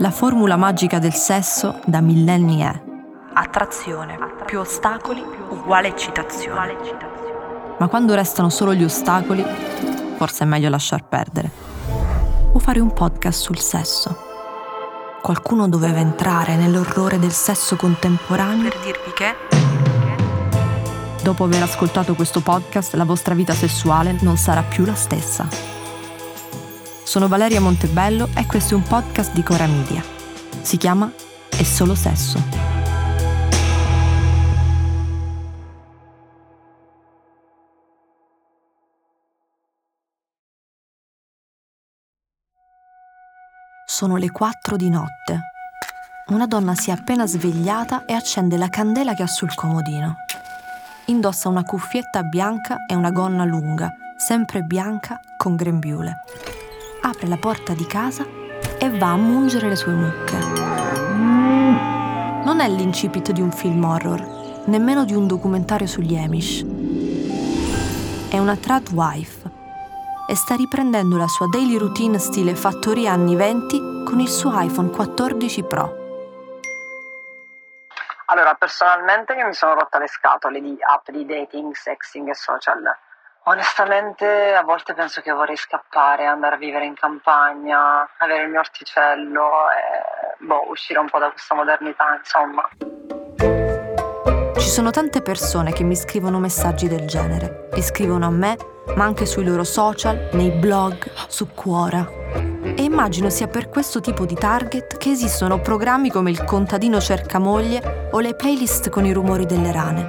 La formula magica del sesso da millenni è attrazione più ostacoli uguale eccitazione. Ma quando restano solo gli ostacoli, forse è meglio lasciar perdere. O fare un podcast sul sesso. Qualcuno doveva entrare nell'orrore del sesso contemporaneo per dirvi che, dopo aver ascoltato questo podcast, la vostra vita sessuale non sarà più la stessa. Sono Valeria Montebello e questo è un podcast di Cora Media. Si chiama È solo sesso. Sono le 4 di notte. Una donna si è appena svegliata e accende la candela che ha sul comodino. Indossa una cuffietta bianca e una gonna lunga, sempre bianca, con grembiule. Apre la porta di casa e va a mungere le sue mucche. Non è l'incipit di un film horror, nemmeno di un documentario sugli Amish. È una trad wife e sta riprendendo la sua daily routine stile fattoria anni 20 con il suo iPhone 14 Pro. Allora, personalmente io mi sono rotta le scatole di app di dating, sexting e social. Onestamente a volte penso che vorrei scappare, andare a vivere in campagna, avere il mio orticello e uscire un po' da questa modernità, insomma. Ci sono tante persone che mi scrivono messaggi del genere. Li scrivono a me, ma anche sui loro social, nei blog, su Quora. E immagino sia per questo tipo di target che esistono programmi come il contadino cercamoglie o le playlist con i rumori delle rane.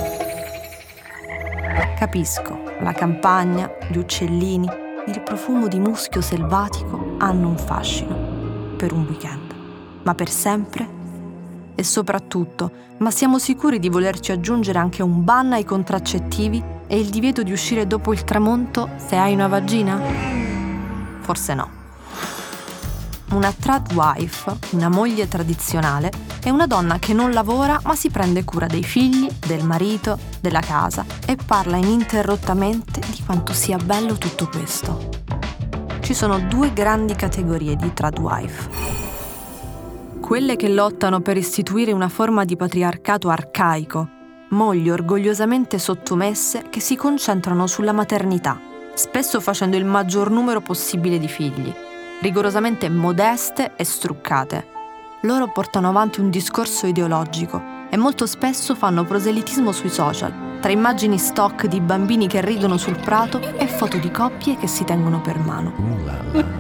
Capisco, la campagna, gli uccellini, il profumo di muschio selvatico hanno un fascino per un weekend, ma per sempre? E soprattutto, ma siamo sicuri di volerci aggiungere anche un ban ai contraccettivi e il divieto di uscire dopo il tramonto se hai una vagina? Forse no. Una trad wife, una moglie tradizionale, è una donna che non lavora ma si prende cura dei figli, del marito, della casa e parla ininterrottamente di quanto sia bello tutto questo. Ci sono 2 grandi categorie di trad wife. Quelle che lottano per istituire una forma di patriarcato arcaico, mogli orgogliosamente sottomesse che si concentrano sulla maternità, spesso facendo il maggior numero possibile di figli, rigorosamente modeste e struccate. Loro portano avanti un discorso ideologico e molto spesso fanno proselitismo sui social, tra immagini stock di bambini che ridono sul prato e foto di coppie che si tengono per mano.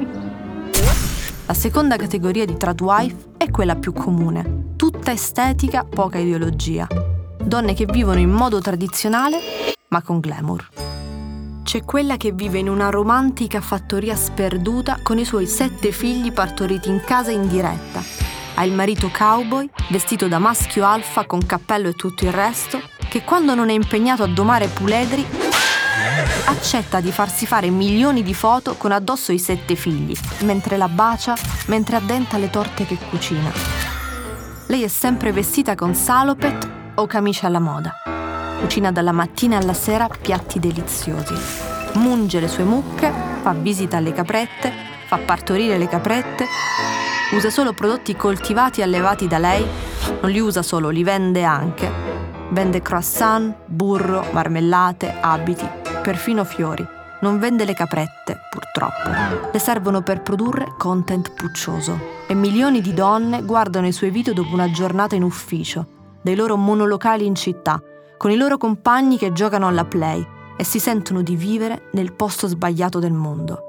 La seconda categoria di trad wife è quella più comune, tutta estetica, poca ideologia. Donne che vivono in modo tradizionale, ma con glamour. C'è quella che vive in una romantica fattoria sperduta con i suoi 7 figli partoriti in casa in diretta. Ha il marito cowboy, vestito da maschio alfa con cappello e tutto il resto, che quando non è impegnato a domare puledri, accetta di farsi fare milioni di foto con addosso i 7 figli, mentre la bacia, mentre addenta le torte che cucina. Lei è sempre vestita con salopet o camicia alla moda. Cucina dalla mattina alla sera piatti deliziosi. Munge le sue mucche, fa visita alle caprette, fa partorire le caprette, usa solo prodotti coltivati e allevati da lei, non li usa solo, li vende anche. Vende croissant, burro, marmellate, abiti, perfino fiori. Non vende le caprette, purtroppo. Le servono per produrre content puccioso. E milioni di donne guardano i suoi video dopo una giornata in ufficio, dai loro monolocali in città, con i loro compagni che giocano alla play e si sentono di vivere nel posto sbagliato del mondo.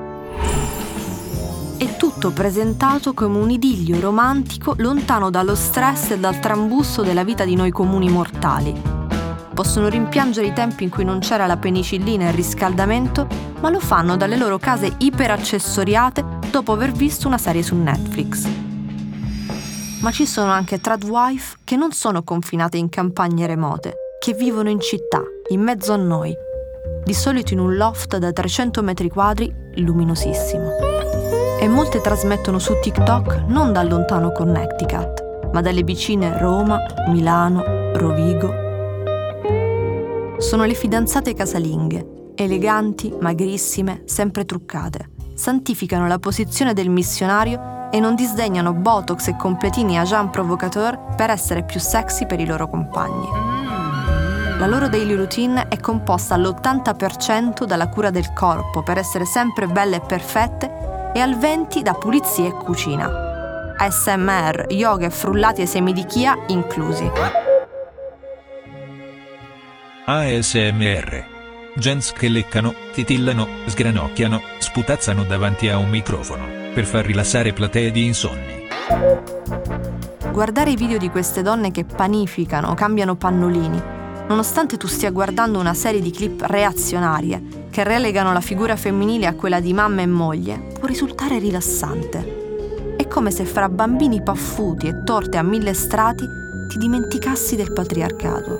È tutto presentato come un idillio romantico lontano dallo stress e dal trambusto della vita di noi comuni mortali. Possono rimpiangere i tempi in cui non c'era la penicillina e il riscaldamento, ma lo fanno dalle loro case iperaccessoriate dopo aver visto una serie su Netflix. Ma ci sono anche trad wife che non sono confinate in campagne remote, che vivono in città, in mezzo a noi, di solito in un loft da 300 metri quadri luminosissimo. E molte trasmettono su TikTok non dal lontano Connecticut, ma dalle vicine Roma, Milano, Rovigo. Sono le fidanzate casalinghe, eleganti, magrissime, sempre truccate. Santificano la posizione del missionario e non disdegnano botox e completini agent provocateur per essere più sexy per i loro compagni. La loro daily routine è composta all'80% dalla cura del corpo per essere sempre belle e perfette e al 20% da pulizia e cucina. ASMR, yoga e frullati ai semi di chia inclusi. ASMR. Gens che leccano, titillano, sgranocchiano, sputazzano davanti a un microfono, per far rilassare platee di insonni. Guardare i video di queste donne che panificano o cambiano pannolini, nonostante tu stia guardando una serie di clip reazionarie che relegano la figura femminile a quella di mamma e moglie, può risultare rilassante. È come se fra bambini paffuti e torte a 1000 strati ti dimenticassi del patriarcato.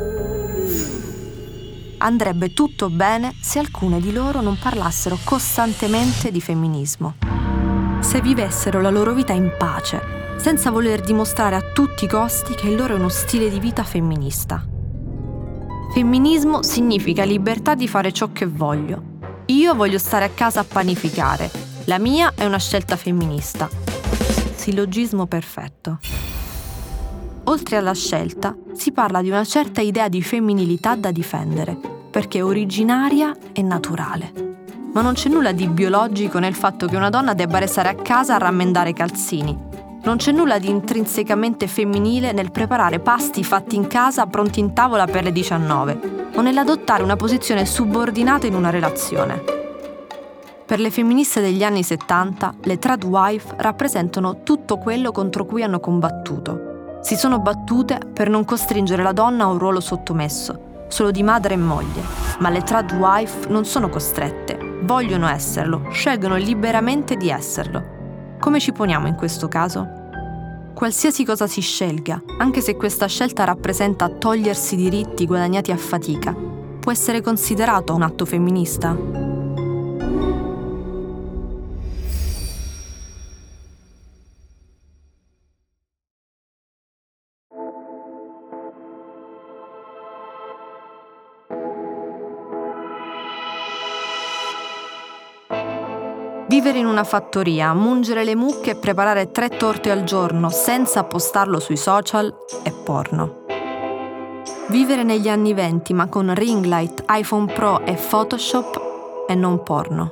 Andrebbe tutto bene se alcune di loro non parlassero costantemente di femminismo. Se vivessero la loro vita in pace, senza voler dimostrare a tutti i costi che il loro è uno stile di vita femminista. Femminismo significa libertà di fare ciò che voglio. Io voglio stare a casa a panificare. La mia è una scelta femminista. Sillogismo perfetto. Oltre alla scelta, si parla di una certa idea di femminilità da difendere, perché è originaria e naturale. Ma non c'è nulla di biologico nel fatto che una donna debba restare a casa a rammendare i calzini. Non c'è nulla di intrinsecamente femminile nel preparare pasti fatti in casa pronti in tavola per le 19, o nell'adottare una posizione subordinata in una relazione. Per le femministe degli anni 70, le tradwife rappresentano tutto quello contro cui hanno combattuto. Si sono battute per non costringere la donna a un ruolo sottomesso, solo di madre e moglie, ma le tradwife non sono costrette, vogliono esserlo, scelgono liberamente di esserlo. Come ci poniamo in questo caso? Qualsiasi cosa si scelga, anche se questa scelta rappresenta togliersi diritti guadagnati a fatica, può essere considerato un atto femminista? Vivere in una fattoria, mungere le mucche e preparare 3 torte al giorno senza postarlo sui social è porno. Vivere negli anni 20 ma con ring light, iPhone Pro e Photoshop è non porno.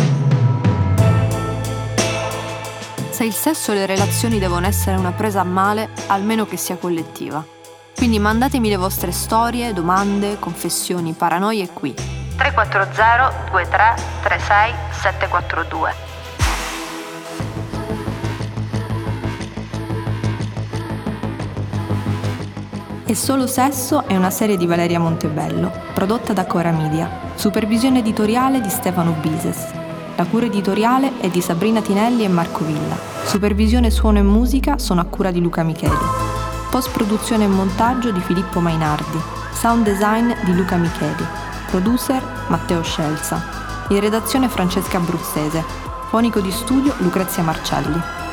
Se il sesso e le relazioni devono essere una presa a male, almeno che sia collettiva. Quindi mandatemi le vostre storie, domande, confessioni, paranoie qui. 340 23 36 742. E Solo Sesso è una serie di Valeria Montebello, prodotta da Cora Media, supervisione editoriale di Stefano Bises. La cura editoriale è di Sabrina Tinelli e Marco Villa. Supervisione suono e musica sono a cura di Luca Micheli. Post-produzione e montaggio di Filippo Mainardi. Sound design di Luca Micheli. Producer Matteo Scelza. In redazione Francesca Abruzzese. Fonico di studio Lucrezia Marcelli.